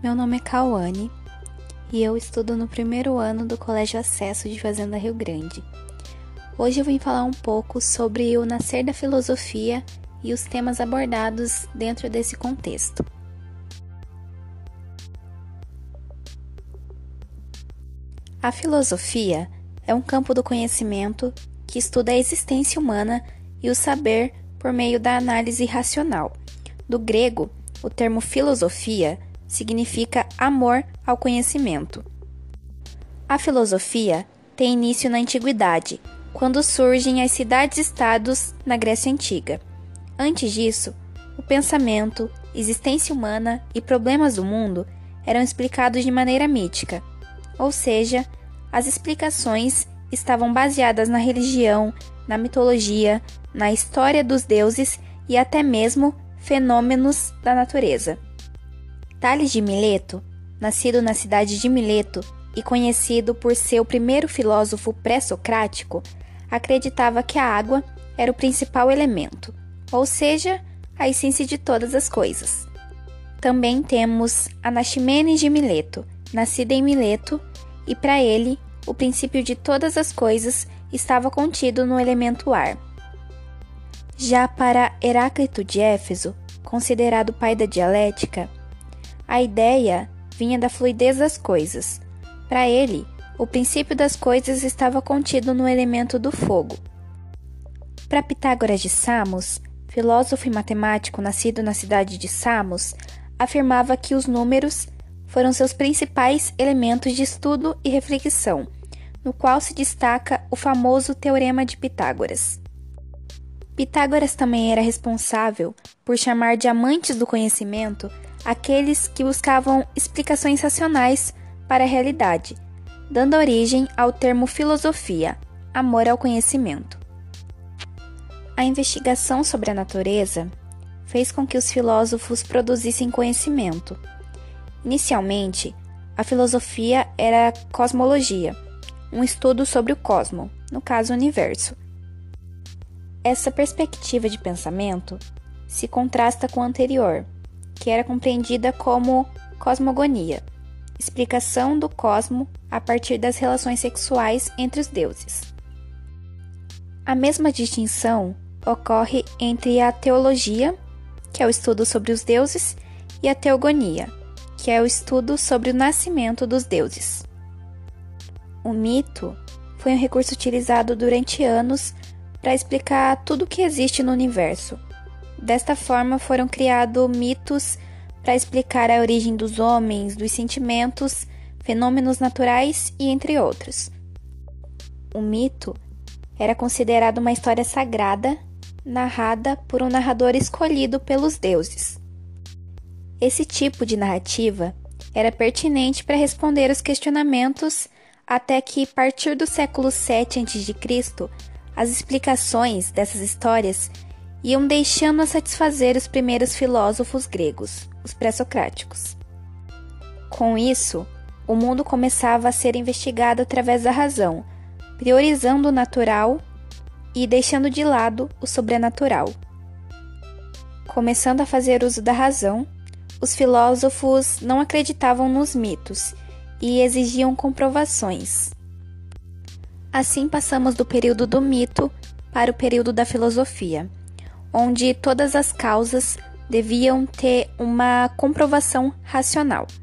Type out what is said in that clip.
Meu nome é Cauane e eu estudo no primeiro ano do Colégio Acesso de Fazenda Rio Grande. Hoje eu vim falar um pouco sobre o nascer da filosofia e os temas abordados dentro desse contexto. A filosofia é um campo do conhecimento que estuda a existência humana e o saber por meio da análise racional. Do grego, o termo filosofia significa amor ao conhecimento. A filosofia tem início na antiguidade, quando surgem as cidades-estados na Grécia Antiga. Antes disso, o pensamento, existência humana e problemas do mundo eram explicados de maneira mítica, ou seja, as explicações estavam baseadas na religião, na mitologia, na história dos deuses e até mesmo fenômenos da natureza. Tales de Mileto, nascido na cidade de Mileto e conhecido por ser o primeiro filósofo pré-socrático, acreditava que a água era o principal elemento, ou seja, a essência de todas as coisas. Também temos Anaximenes de Mileto, nascido em Mileto, e para ele, o princípio de todas as coisas estava contido no elemento ar. Já para Heráclito de Éfeso, considerado o pai da dialética, a ideia vinha da fluidez das coisas. Para ele, o princípio das coisas estava contido no elemento do fogo. Para Pitágoras de Samos, filósofo e matemático nascido na cidade de Samos, afirmava que os números foram seus principais elementos de estudo e reflexão, no qual se destaca o famoso Teorema de Pitágoras. Pitágoras também era responsável por chamar de amantes do conhecimento aqueles que buscavam explicações racionais para a realidade, dando origem ao termo filosofia, amor ao conhecimento. A investigação sobre a natureza fez com que os filósofos produzissem conhecimento. Inicialmente, a filosofia era cosmologia, um estudo sobre o cosmo, no caso o universo. Essa perspectiva de pensamento se contrasta com a anterior, que era compreendida como cosmogonia, explicação do cosmo a partir das relações sexuais entre os deuses. A mesma distinção ocorre entre a teologia, que é o estudo sobre os deuses, e a teogonia, que é o estudo sobre o nascimento dos deuses. O mito foi um recurso utilizado durante anos para explicar tudo o que existe no universo. Desta forma, foram criados mitos para explicar a origem dos homens, dos sentimentos, fenômenos naturais e entre outros. O mito era considerado uma história sagrada, narrada por um narrador escolhido pelos deuses. Esse tipo de narrativa era pertinente para responder os questionamentos até que, a partir do século VII a.C., as explicações dessas histórias iam deixando a satisfazer os primeiros filósofos gregos, os pré-socráticos. Com isso, o mundo começava a ser investigado através da razão, priorizando o natural e deixando de lado o sobrenatural. Começando a fazer uso da razão, os filósofos não acreditavam nos mitos e exigiam comprovações. Assim passamos do período do mito para o período da filosofia, onde todas as causas deviam ter uma comprovação racional.